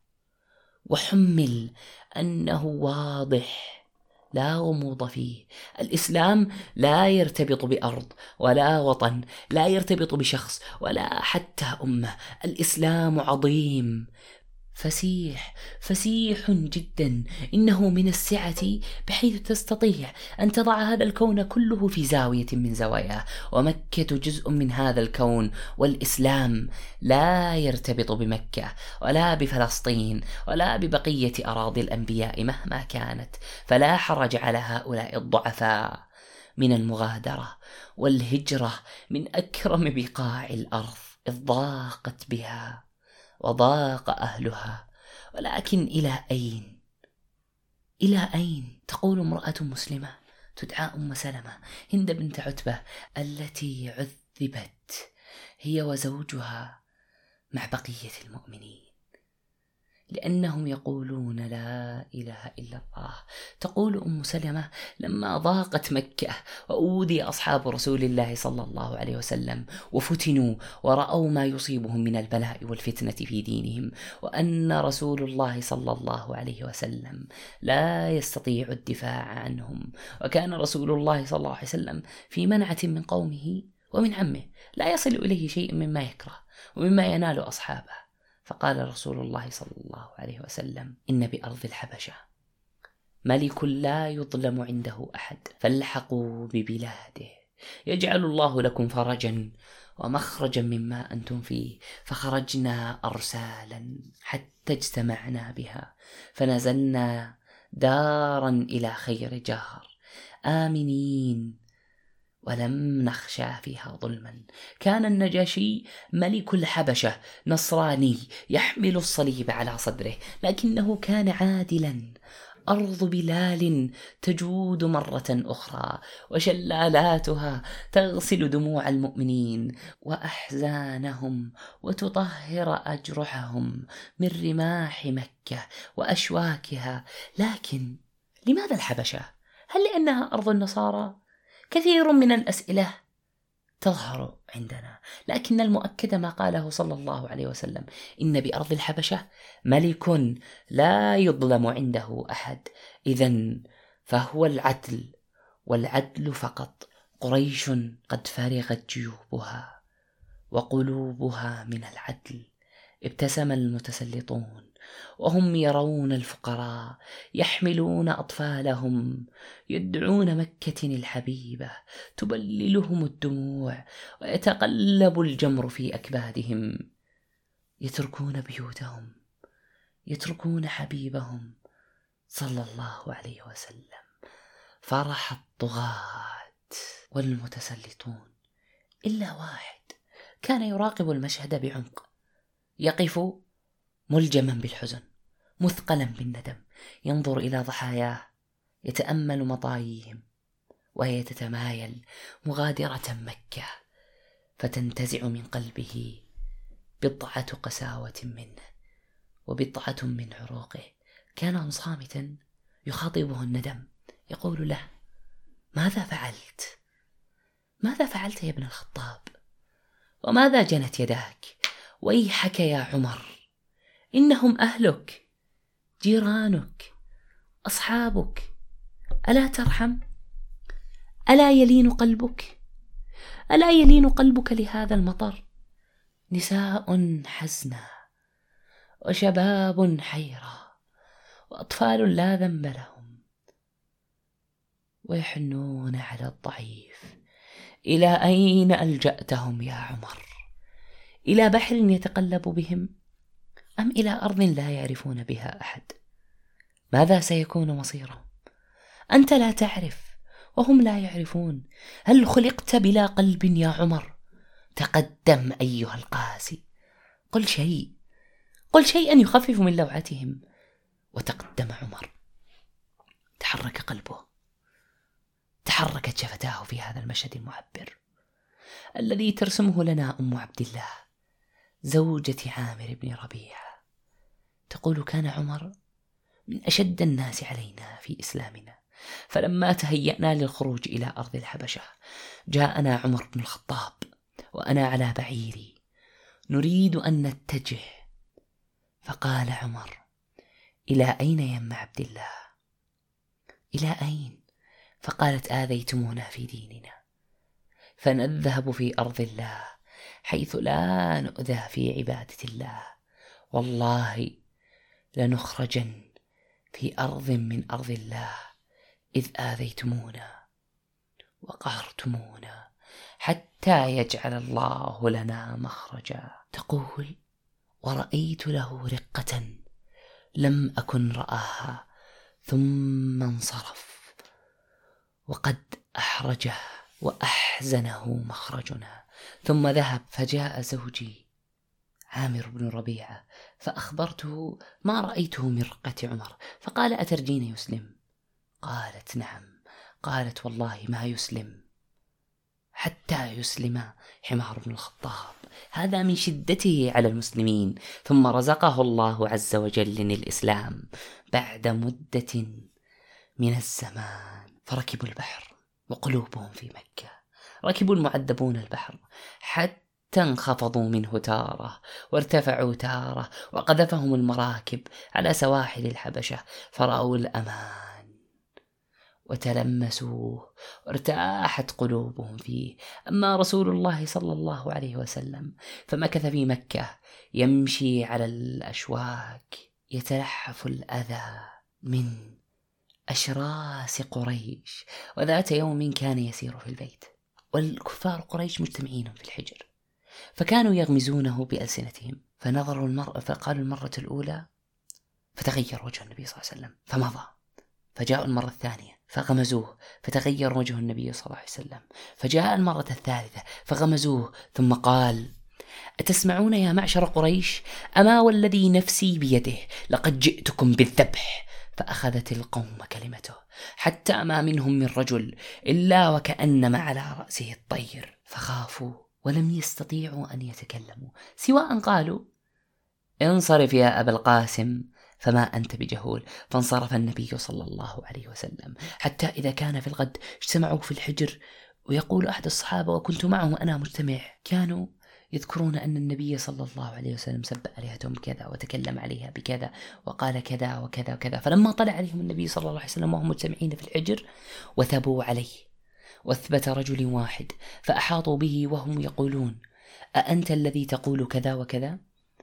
وحمل أنه واضح لا غموض فيه. الإسلام لا يرتبط بأرض ولا وطن، لا يرتبط بشخص ولا حتى أمة. الإسلام عظيم، فسيح فسيح جدا، إنه من السعة بحيث تستطيع أن تضع هذا الكون كله في زاوية من زواياه، ومكة جزء من هذا الكون. والإسلام لا يرتبط بمكة ولا بفلسطين ولا ببقية أراضي الأنبياء مهما كانت، فلا حرج على هؤلاء الضعفاء من المغادرة والهجرة من أكرم بقاع الأرض إذ ضاقت بها وضاق أهلها. ولكن إلى أين؟ إلى أين؟ تقول امرأة مسلمة تدعى أم سلمة هند بنت عتبة التي عذبت هي وزوجها مع بقية المؤمنين لأنهم يقولون لا إله إلا الله. تقول أم سلمة: لما ضاقت مكة وأوذي أصحاب رسول الله صلى الله عليه وسلم وفتنوا ورأوا ما يصيبهم من البلاء والفتنة في دينهم، وأن رسول الله صلى الله عليه وسلم لا يستطيع الدفاع عنهم، وكان رسول الله صلى الله عليه وسلم في منعة من قومه ومن عمه لا يصل إليه شيء مما يكره ومما ينال أصحابه، فقال رسول الله صلى الله عليه وسلم: إن بأرض الحبشة ملك لا يظلم عنده أحد، فالحقوا ببلاده يجعل الله لكم فرجا ومخرجا مما أنتم فيه. فخرجنا أرسالا حتى اجتمعنا بها، فنزلنا دارا إلى خير جار آمنين ولم نخشى فيها ظلما. كان النجاشي ملك الحبشة نصراني يحمل الصليب على صدره، لكنه كان عادلا. أرض بلال تجود مرة أخرى، وشلالاتها تغسل دموع المؤمنين وأحزانهم وتطهر أجرحهم من رماح مكة وأشواكها. لكن لماذا الحبشة؟ هل لأنها أرض النصارى؟ كثير من الأسئلة تظهر عندنا، لكن المؤكد ما قاله صلى الله عليه وسلم: إن بأرض الحبشة ملك لا يظلم عنده أحد. إذن فهو العدل، والعدل فقط. قريش قد فرغت جيوبها وقلوبها من العدل. ابتسم المتسلطون وهم يرون الفقراء يحملون أطفالهم، يدعون مكة الحبيبة تبللهم الدموع ويتقلب الجمر في أكبادهم، يتركون بيوتهم، يتركون حبيبهم صلى الله عليه وسلم. فرح الطغاة والمتسلطون إلا واحد كان يراقب المشهد بعمق، يقف ملجما بالحزن مثقلا بالندم، ينظر إلى ضحاياه، يتأمل مطاييهم وهي تتمايل مغادرة مكة، فتنتزع من قلبه بضعة قساوة منه وبضعة من عروقه. كان صامتا يخاطبه الندم، يقول له: ماذا فعلت؟ ماذا فعلت يا ابن الخطاب؟ وماذا جنت يداك؟ ويحك يا عمر، إنهم أهلك، جيرانك، أصحابك، ألا ترحم؟ ألا يلين قلبك؟ ألا يلين قلبك لهذا المطر؟ نساء حزنة، وشباب حيرة، وأطفال لا ذنب لهم، ويحنون على الضعيف. إلى أين ألجأتهم يا عمر؟ إلى بحر يتقلب بهم، أم إلى أرض لا يعرفون بها أحد؟ ماذا سيكون مصيرهم؟ أنت لا تعرف وهم لا يعرفون. هل خلقت بلا قلب يا عمر؟ تقدم أيها القاسي، قل شيء، قل شيئا يخفف من لوعتهم. وتقدم عمر، تحرك قلبه، تحركت شفتاه في هذا المشهد المعبر الذي ترسمه لنا أم عبد الله زوجة عامر بن ربيعة. تقول: كان عمر من أشد الناس علينا في إسلامنا، فلما تهيأنا للخروج إلى أرض الحبشة جاءنا عمر بن الخطاب وأنا على بعيري نريد أن نتجه، فقال عمر: إلى أين يا أم عبد الله؟ إلى أين؟ فقالت: آذيتمونا في ديننا، فنذهب في أرض الله حيث لا نؤذى في عبادة الله، والله لنخرجن في أرض من أرض الله إذ آذيتمونا وقهرتمونا حتى يجعل الله لنا مخرجا. تقول: ورأيت له رقة لم أكن رآها، ثم انصرف وقد أحرجه وأحزنه مخرجنا، ثم ذهب فجاء زوجي عامر بن ربيعة فأخبرته ما رأيته من رقة عمر، فقال: أترجين يسلم؟ قالت: نعم. قالت: والله ما يسلم حتى يسلم حمار بن الخطاب، هذا من شدته على المسلمين، ثم رزقه الله عز وجل الإسلام بعد مدة من الزمان. فركبوا البحر وقلوبهم في مكة، ركبوا المعذبون البحر حتى انخفضوا منه تارة وارتفعوا تارة، وقذفهم المراكب على سواحل الحبشة فرأوا الأمان وتلمسوه وارتاحت قلوبهم فيه. أما رسول الله صلى الله عليه وسلم فمكث في مكة يمشي على الأشواك يتلحف الأذى من أشراس قريش. وذات يوم كان يسير في البيت والكفار قريش مجتمعين في الحجر، فكانوا يغمزونه بألسنتهم، فنظروا المرأة فقالوا المرة الأولى فتغير وجه النبي صلى الله عليه وسلم فمضى، فجاءوا المرة الثانية فغمزوه فتغير وجه النبي صلى الله عليه وسلم، فجاء المرة الثالثة فغمزوه، ثم قال: أتسمعون يا معشر قريش؟ أما والذي نفسي بيده لقد جئتكم بالذبح. فأخذت القوم كلمته حتى ما منهم من رجل إلا وكأنما على رأسه الطير، فخافوا ولم يستطيعوا أن يتكلموا سواء قالوا: انصرف يا أبا القاسم فما أنت بجهول. فانصرف النبي صلى الله عليه وسلم، حتى إذا كان في الغد اجتمعوا في الحجر، ويقول أحد الصحابة وكنت معه أنا مجتمع، كانوا يذكرون أن النبي صلى الله عليه وسلم سب آلهتهم بكذا وتكلم عليها بكذا وقال كذا وكذا وكذا. فلما طلع عليهم النبي صلى الله عليه وسلم وهم مجتمعين في الحجر وثبوا عليه، واثبت رجل واحد فأحاطوا به وهم يقولون: أأنت الذي تقول كذا وكذا؟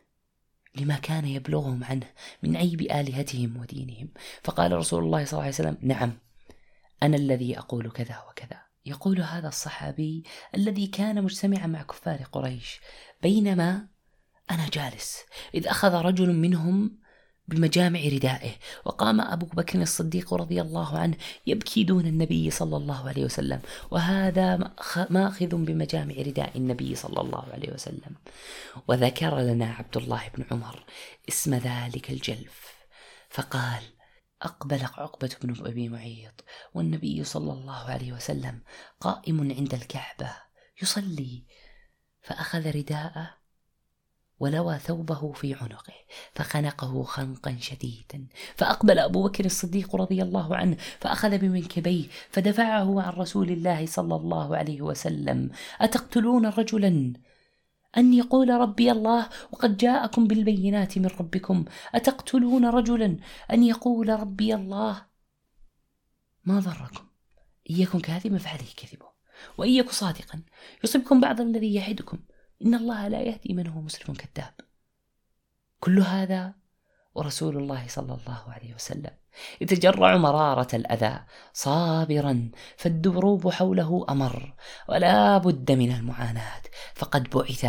لما كان يبلغهم عنه من عيب آلهتهم ودينهم. فقال رسول الله صلى الله عليه وسلم: نعم أنا الذي أقول كذا وكذا. يقول هذا الصحابي الذي كان مجتمعا مع كفار قريش: بينما أنا جالس إذ أخذ رجل منهم بمجامع ردائه، وقام أبو بكر الصديق رضي الله عنه يبكي دون النبي صلى الله عليه وسلم، وهذا ماخذ بمجامع رداء النبي صلى الله عليه وسلم. وذكر لنا عبد الله بن عمر اسم ذلك الجلف فقال: أقبل عقبة بن أبي معيط والنبي صلى الله عليه وسلم قائم عند الكعبة يصلي، فأخذ رداءه ولوى ثوبه في عنقه فخنقه خنقا شديدا، فأقبل أبو بكر الصديق رضي الله عنه فأخذ بمنكبيه فدفعه عن رسول الله صلى الله عليه وسلم: أتقتلون رجلا أن يقول ربي الله وقد جاءكم بالبينات من ربكم؟ أتقتلون رجلا أن يقول ربي الله؟ ما ضركم، إن يكن كاذبا فعليه كذبه، وإن يكن صادقا يصبكم بعض الذي يعدكم، إن الله لا يهدي من هو مسرف كذاب. كل هذا ورسول الله صلى الله عليه وسلم يتجرع مرارة الأذى صابرا، فالدروب حوله أمر ولا بد من المعاناة، فقد بعث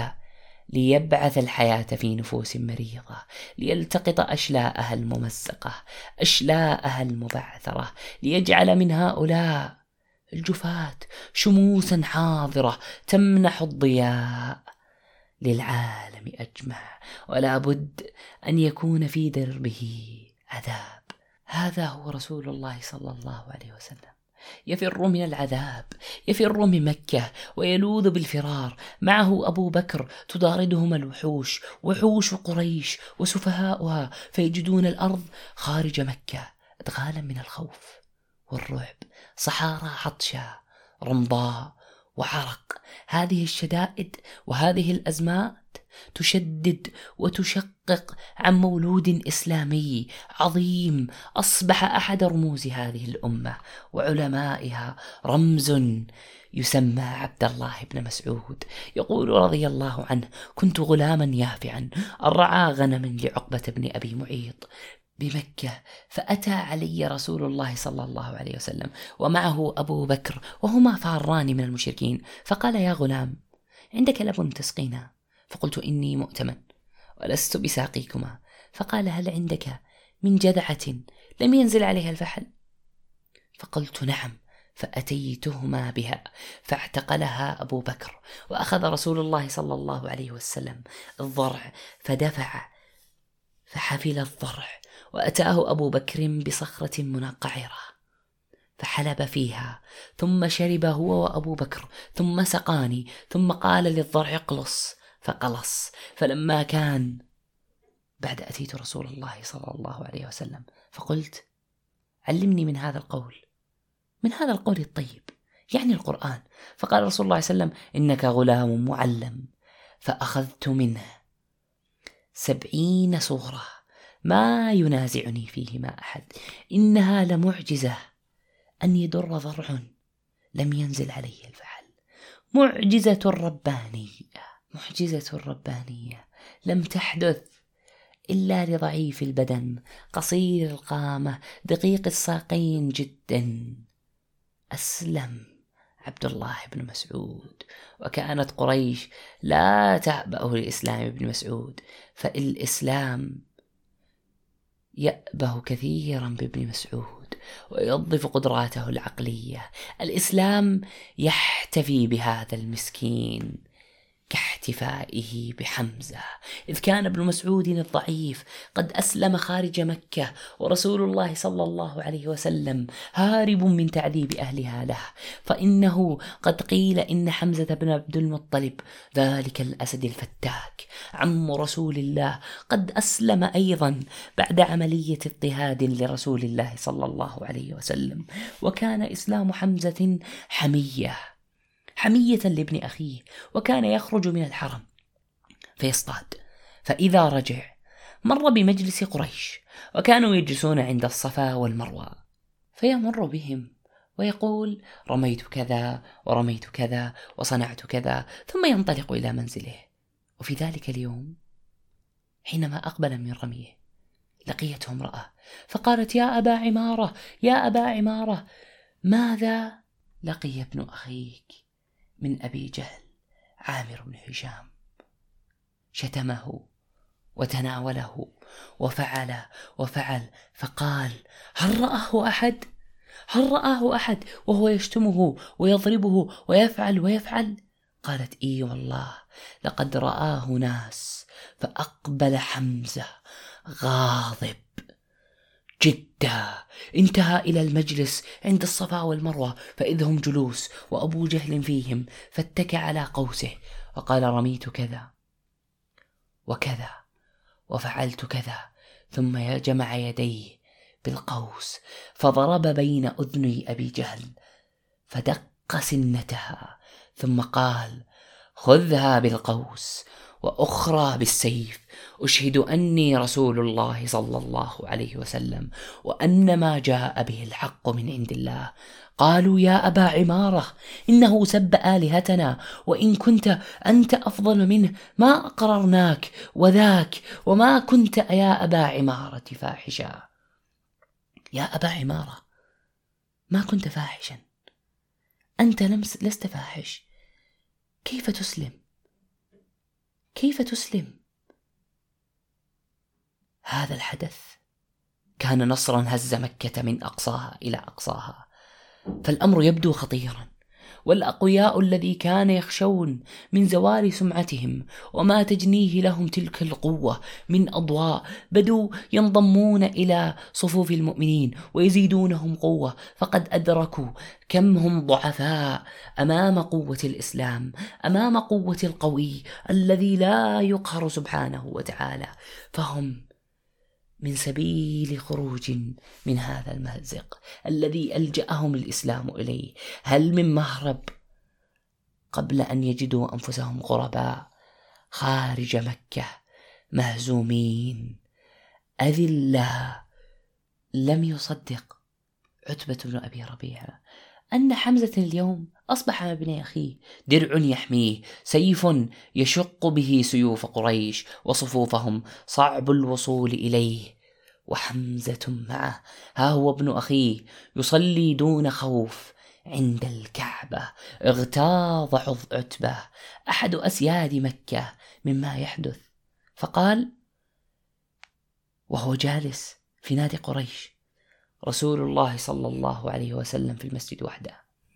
ليبعث الحياة في نفوس مريضة، ليلتقط أشلاءها الممزقة أشلاءها المبعثرة، ليجعل من هؤلاء الجفاة شموسا حاضرة تمنح الضياء للعالم أجمع، ولا بد أن يكون في دربه عذاب. هذا هو رسول الله صلى الله عليه وسلم، يفر من العذاب، يفر من مكة ويلوذ بالفرار، معه أبو بكر تضاردهم الوحوش، وحوش قريش وسفهاؤها، فيجدون الأرض خارج مكة أدغالا من الخوف والرعب، صحارى عطشة رمضاء وعرق. هذه الشدائد وهذه الأزمات تشدد وتشقق عن مولود إسلامي عظيم أصبح أحد رموز هذه الأمة وعلمائها، رمز يسمى عبد الله بن مسعود. يقول رضي الله عنه: كنت غلاما يافعا أرعى غنما لعقبة بن أبي معيط بمكة، فأتى علي رسول الله صلى الله عليه وسلم ومعه أبو بكر وهما فاران من المشركين، فقال: يا غلام، عندك لبن تسقينا؟ فقلت: إني مؤتمن ولست بساقيكما. فقال: هل عندك من جذعة لم ينزل عليها الفحل؟ فقلت: نعم. فأتيتهما بها فاعتقلها أبو بكر، وأخذ رسول الله صلى الله عليه وسلم الضرع فدفع فحفل الضرع، وأتاه أبو بكر بصخرة منقعرة فحلب فيها، ثم شرب هو وأبو بكر، ثم سقاني، ثم قال للضرع: اقلص، فقلص. فلما كان بعد أتيت رسول الله صلى الله عليه وسلم فقلت: علمني من هذا القول، من هذا القول الطيب، يعني القرآن. فقال رسول الله صلى الله عليه وسلم: إنك غلام معلم. فأخذت منه سبعين صورة ما ينازعني فيهما أحد، إنها لمعجزة أن يدر ضرع لم ينزل عليه الفحل، معجزة ربانية، معجزة ربانية لم تحدث إلا لضعيف البدن قصير القامة دقيق الساقين جدا. أسلم عبد الله بن مسعود، وكانت قريش لا تعبأ لإسلام ابن مسعود، فالإسلام يأبه كثيرا بابن مسعود ويضيف قدراته العقلية. الإسلام يحتفي بهذا المسكين كاحتفائه بحمزة، إذ كان ابن مسعود الضعيف قد أسلم خارج مكة، ورسول الله صلى الله عليه وسلم هارب من تعذيب أهلها له، فإنه قد قيل إن حمزة بن عبد المطلب ذلك الأسد الفتاك عم رسول الله قد أسلم أيضا بعد عملية اضطهاد لرسول الله صلى الله عليه وسلم. وكان إسلام حمزة حمية حمية لابن أخيه، وكان يخرج من الحرم فيصطاد، فإذا رجع مر بمجلس قريش، وكانوا يجلسون عند الصفا والمروة، فيمر بهم ويقول: رميت كذا ورميت كذا وصنعت كذا، ثم ينطلق إلى منزله. وفي ذلك اليوم حينما أقبل من رميه لقيته امرأة فقالت: يا أبا عمارة، يا أبا عمارة، ماذا لقي ابن أخيك من أبي جهل عامر بن هشام؟ شتمه وتناوله وفعل وفعل. فقال: هل رآه أحد؟ هل رآه أحد وهو يشتمه ويضربه ويفعل ويفعل؟ قالت: إي والله لقد رآه ناس. فأقبل حمزة غاضب جدا، انتهى إلى المجلس عند الصفا والمروة فإذ هم جلوس وأبو جهل فيهم، فاتكى على قوسه وقال: رميت كذا وكذا وفعلت كذا، ثم جمع يديه بالقوس فضرب بين أذني أبي جهل فدق سنتها، ثم قال: خذها بالقوس وأخرى بالسيف، أشهد أني رسول الله صلى الله عليه وسلم، وأن ما جاء به الحق من عند الله. قالوا: يا أبا عمارة، إنه سب آلهتنا، وإن كنت أنت أفضل منه ما أقررناك، وذاك وما كنت يا أبا عمارة فاحشا. يا أبا عمارة، ما كنت فاحشا، أنت لست فاحش، كيف تسلم؟ كيف تسلم؟ هذا الحدث كان نصرا هز مكة من أقصاها إلى أقصاها، فالأمر يبدو خطيرا، والأقوياء الذي كان يخشون من زوال سمعتهم وما تجنيه لهم تلك القوة من أضواء بدوا ينضمون إلى صفوف المؤمنين ويزيدونهم قوة، فقد أدركوا كم هم ضعفاء أمام قوة الإسلام، أمام قوة القوي الذي لا يقهر سبحانه وتعالى، فهم من سبيل خروج من هذا المأزق الذي ألجأهم الإسلام إليه. هل من مهرب قبل أن يجدوا أنفسهم غرباء خارج مكة مهزومين أذلاء؟ لم يصدق عتبة بن أبي ربيعة أن حمزة اليوم أصبح ابن أخيه، درع يحميه، سيف يشق به سيوف قريش وصفوفهم، صعب الوصول إليه، وحمزة معه، ها هو ابن أخيه يصلي دون خوف عند الكعبة. اغتاظ عتبة أحد أسياد مكة مما يحدث، فقال وهو جالس في نادي قريش: رسول الله صلى الله عليه وسلم في المسجد وحده،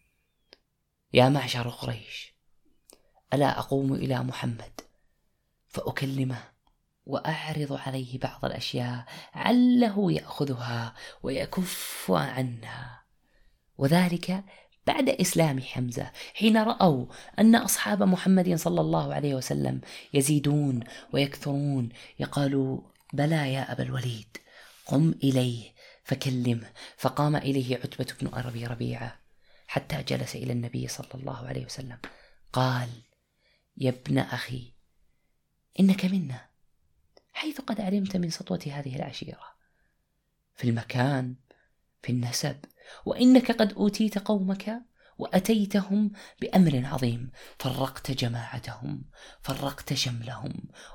يا معشر قريش، ألا أقوم إلى محمد فأكلمه وأعرض عليه بعض الأشياء عله يأخذها ويكف عنها؟ وذلك بعد إسلام حمزة، حين رأوا أن أصحاب محمد صلى الله عليه وسلم يزيدون ويكثرون، يقالوا: بلى يا أبا الوليد، قم إليه فكلمه. فقام إليه عتبة بن أبي ربيعة حتى جلس إلى النبي صلى الله عليه وسلم، قال: يا ابن أخي، إنك منا، حيث قد علمت من سطوة هذه العشيرة في المكان، في النسب، وإنك قد أوتيت قومك وأتيتهم بأمر عظيم، فرقت جماعتهم، فرقت شملهم،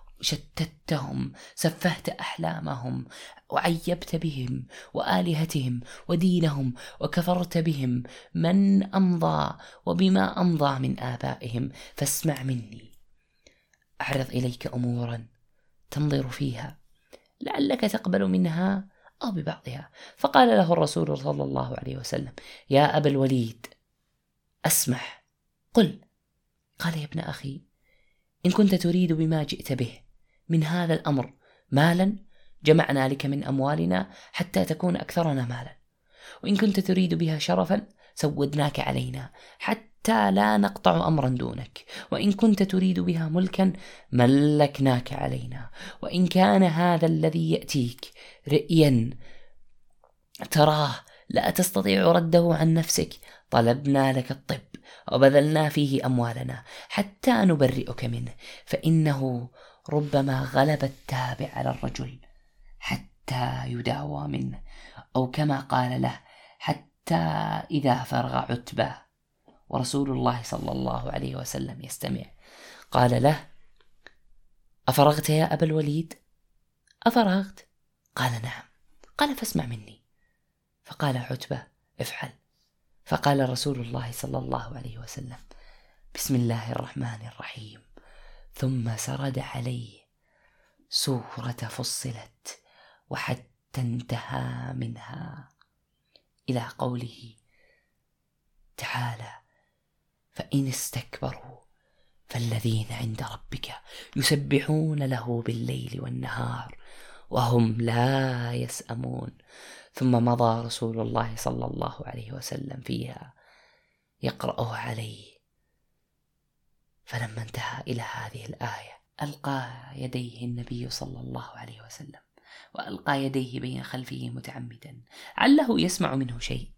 شتتهم، سفهت أحلامهم، وعيبت بهم وآلهتهم ودينهم، وكفرت بهم من أمضى وبما أمضى من آبائهم. فاسمع مني، أعرض إليك أمورا تنظر فيها لعلك تقبل منها أو ببعضها. فقال له الرسول صلى الله عليه وسلم: يا أبا الوليد، أسمح، قل. قال: يا ابن أخي، إن كنت تريد بما جئت به من هذا الأمر مالا، جمعنا لك من أموالنا حتى تكون أكثرنا مالا، وإن كنت تريد بها شرفا سودناك علينا حتى لا نقطع أمرا دونك، وإن كنت تريد بها ملكا ملكناك علينا، وإن كان هذا الذي يأتيك رئيا تراه لا تستطيع رده عن نفسك، طلبنا لك الطب وبذلنا فيه أموالنا حتى نبرئك منه، فإنه ربما غلب التابع على الرجل حتى يداوى منه، أو كما قال له: حتى إذا فرغ عتبة ورسول الله صلى الله عليه وسلم يستمع، قال له: أفرغت يا أبا الوليد؟ أفرغت؟ قال: نعم. قال: فاسمع مني. فقال عتبة: افعل. فقال رسول الله صلى الله عليه وسلم: بسم الله الرحمن الرحيم، ثم سرد عليه سورة فصلت وحتى انتهى منها إلى قوله تعالى: فإن استكبروا فالذين عند ربك يسبحون له بالليل والنهار وهم لا يسأمون. ثم مضى رسول الله صلى الله عليه وسلم فيها يقرأه عليه، فلما انتهى إلى هذه الآية: ألقى يديه النبي صلى الله عليه وسلم، وألقى يديه بين خلفه متعمدا عله يسمع منه شيء،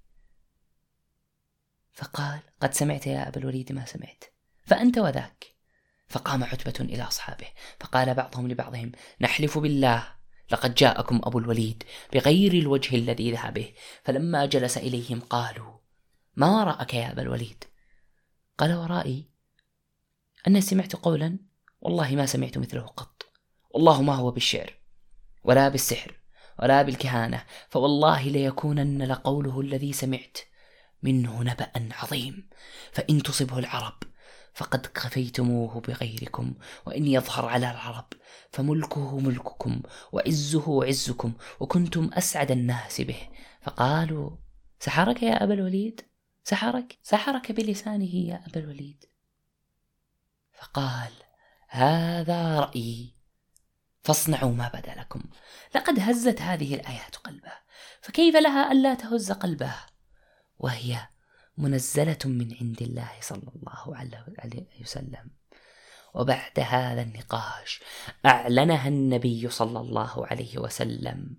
فقال: قد سمعت يا أبا الوليد ما سمعت، فأنت وذاك. فقام عتبة إلى أصحابه فقال بعضهم لبعضهم: نحلف بالله لقد جاءكم أبو الوليد بغير الوجه الذي ذهب به. فلما جلس إليهم قالوا: ما وراءك يا أبا الوليد؟ قال: ورائي أنا سمعت قولا والله ما سمعت مثله قط، والله ما هو بالشعر ولا بالسحر ولا بالكهانة، فوالله ليكونن لقوله الذي سمعت منه نبأ عظيم، فإن تصبه العرب فقد كفيتموه بغيركم، وإن يظهر على العرب فملكه ملككم وعزه عزكم، وكنتم أسعد الناس به. فقالوا: سحرك يا أبا الوليد؟ سحرك سحرك بلسانه يا أبا الوليد. فقال: هذا رأيي فاصنعوا ما بدا لكم. لقد هزت هذه الآيات قلبه، فكيف لها ألا تهز قلبه وهي منزلة من عند الله صلى الله عليه وسلم. وبعد هذا النقاش أعلنها النبي صلى الله عليه وسلم: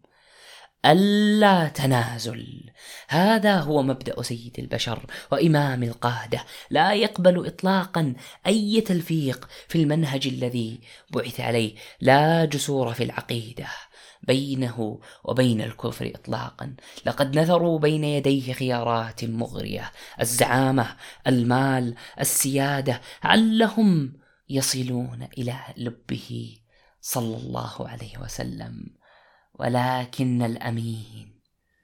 ألا تنازل، هذا هو مبدأ سيد البشر وإمام القادة، لا يقبل إطلاقا أي تلفيق في المنهج الذي بعث عليه، لا جسور في العقيدة بينه وبين الكفر إطلاقا. لقد نثروا بين يديه خيارات مغرية: الزعامة، المال، السيادة، علهم يصلون إلى لبه صلى الله عليه وسلم. ولكن الأمين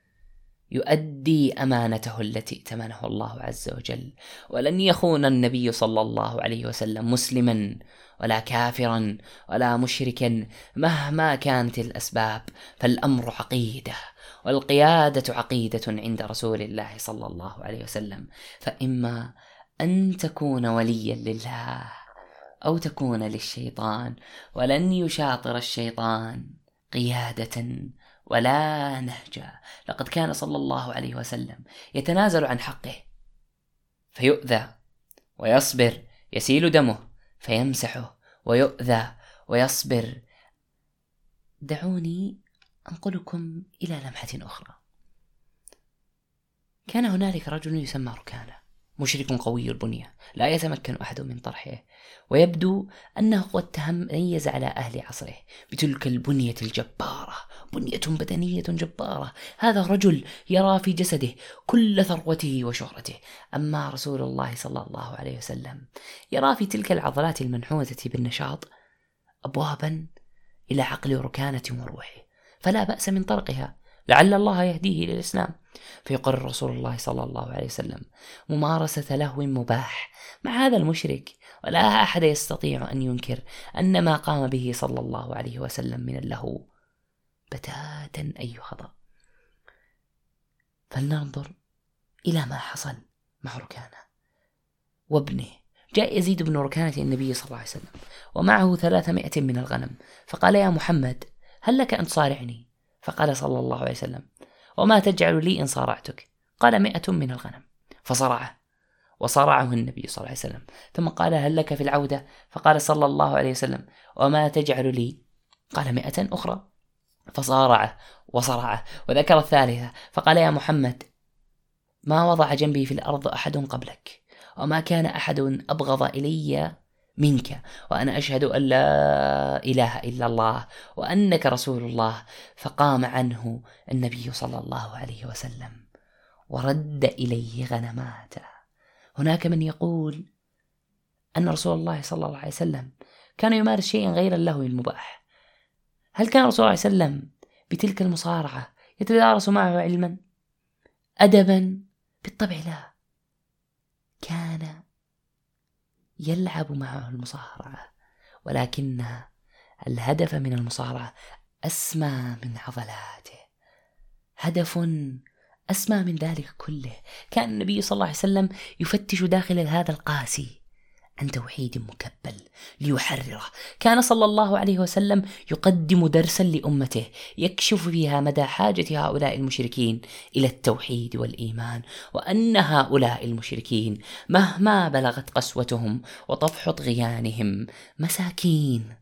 يؤدي أمانته التي ائتمنه الله عز وجل، ولن يخون النبي صلى الله عليه وسلم مسلما ولا كافرا ولا مشركا مهما كانت الأسباب، فالأمر عقيدة، والقيادة عقيدة عند رسول الله صلى الله عليه وسلم. فإما أن تكون وليا لله أو تكون للشيطان، ولن يشاطر الشيطان قيادة ولا نهجا. لقد كان صلى الله عليه وسلم يتنازل عن حقه فيؤذى ويصبر، يسيل دمه فيمسحه ويؤذى ويصبر. دعوني أنقلكم إلى لمحة أخرى. كان هنالك رجل يسمى ركانة، مشرك قوي البنية لا يتمكن أحد من طرحه، ويبدو أنه قد تميز على أهل عصره بتلك البنية الجبارة، بنية بدنية جبارة. هذا رجل يرى في جسده كل ثروته وشهرته، أما رسول الله صلى الله عليه وسلم يرى في تلك العضلات المنحوتة بالنشاط أبوابا إلى عقل ركانة وروحه، فلا بأس من طرقها، لعل الله يهديه إلى الإسلام. فيقرر رسول الله صلى الله عليه وسلم ممارسة لهو مباح مع هذا المشرك، ولا أحد يستطيع أن ينكر أن ما قام به صلى الله عليه وسلم من اللهو بتاتا أي خطأ. فلننظر إلى ما حصل مع ركانة وابنه. جاء يزيد بن ركانة النبي صلى الله عليه وسلم ومعه ثلاثمائة من الغنم، فقال: يا محمد هل لك أن تصارعني؟ فقال صلى الله عليه وسلم: وما تجعل لي إن صارعتك؟ قال: مئة من الغنم. فصرعه وصرعه النبي صلى الله عليه وسلم، ثم قال: هل لك في العودة؟ فقال صلى الله عليه وسلم: وما تجعل لي؟ قال: مئة أخرى. فصارعه وصرعه، وذكر الثالثة فقال: يا محمد ما وضع جنبي في الأرض أحد قبلك، وما كان أحد أبغض إلي منك، وأنا أشهد أن لا إله إلا الله وأنك رسول الله. فقام عنه النبي صلى الله عليه وسلم ورد إليه غنماته. هناك من يقول أن رسول الله صلى الله عليه وسلم كان يمارس شيئا غير اللهو المباح. هل كان رسول الله صلى الله عليه وسلم بتلك المصارعة يتدارس معه علما أدبا؟ بالطبع لا، كان يلعب معه المصارعة، ولكن الهدف من المصارعة أسمى من عضلاته، هدف أسمى من ذلك كله. كان النبي صلى الله عليه وسلم يفتش داخل هذا القاسي عن توحيد مكبل ليحرره. كان صلى الله عليه وسلم يقدم درسا لأمته يكشف فيها مدى حاجة هؤلاء المشركين إلى التوحيد والإيمان، وأن هؤلاء المشركين مهما بلغت قسوتهم وطفح طغيانهم مساكين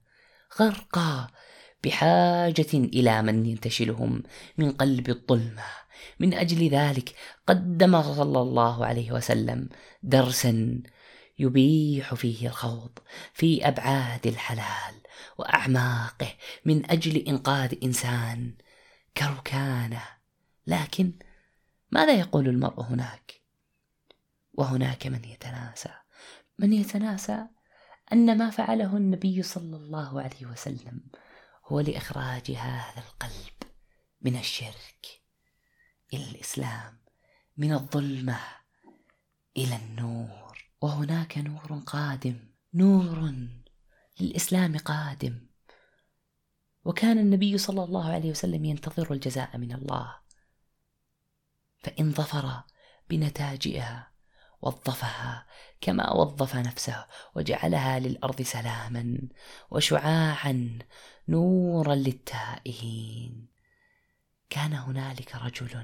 غرقى بحاجة إلى من ينتشلهم من قلب الظلمة. من أجل ذلك قدم صلى الله عليه وسلم درسا يبيح فيه الخوض في أبعاد الحلال وأعماقه من أجل إنقاذ إنسان كركانه. لكن ماذا يقول المرء هناك؟ وهناك من يتناسى من يتناسى أن ما فعله النبي صلى الله عليه وسلم هو لإخراج هذا القلب من الشرك إلى الإسلام، من الظلمة إلى النور. وهناك نور قادم، نور للإسلام قادم. وكان النبي صلى الله عليه وسلم ينتظر الجزاء من الله، فإن ظفر بنتاجها وظفها كما وظف نفسه وجعلها للأرض سلاما وشعاعا نورا للتائهين. كان هنالك رجل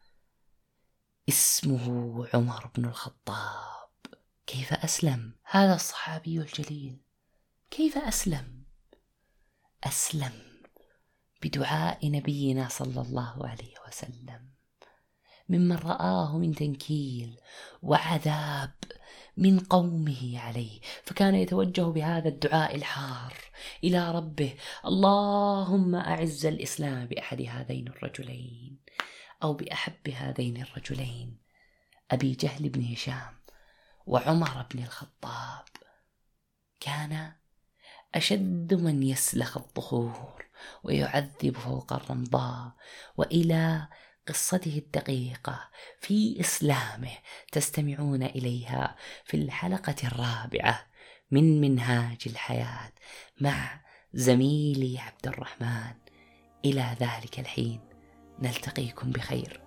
اسمه عمر بن الخطاب. كيف أسلم هذا الصحابي الجليل؟ كيف أسلم؟ أسلم بدعاء نبينا صلى الله عليه وسلم، ممن رآه من تنكيل وعذاب من قومه عليه، فكان يتوجه بهذا الدعاء الحار إلى ربه: اللهم أعز الإسلام بأحد هذين الرجلين أو بأحب هذين الرجلين، أبي جهل بن هشام وعمر بن الخطاب. كان أشد من يسلخ الظهور ويعذب فوق الرمضاء. وإلى قصته الدقيقة في إسلامه تستمعون إليها في الحلقة الرابعة من منهاج الحياة مع زميلي عبد الرحمن. إلى ذلك الحين نلتقيكم بخير.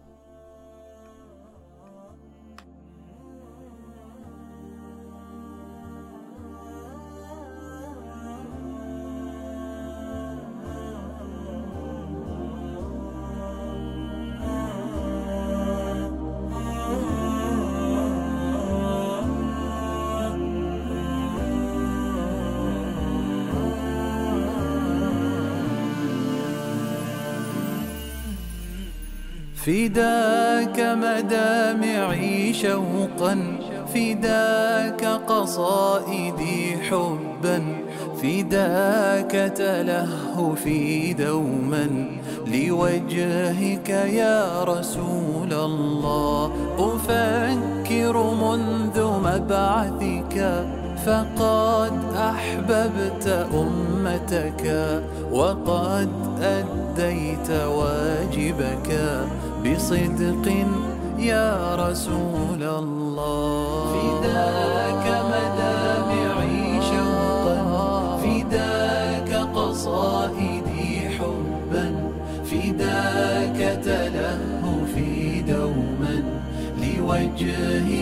فداك مدامعي شوقا، فداك قصائدي حبا، فداك تلهفي دوما لوجهك يا رسول الله. أفكر منذ مبعثك فقد أحببت أمتك، وقد أديت واجبك بصدق يا رسول الله. فداك مدامعي شوقا، فداك قصائدي حبا، فداك تلهفي دوما لوجهك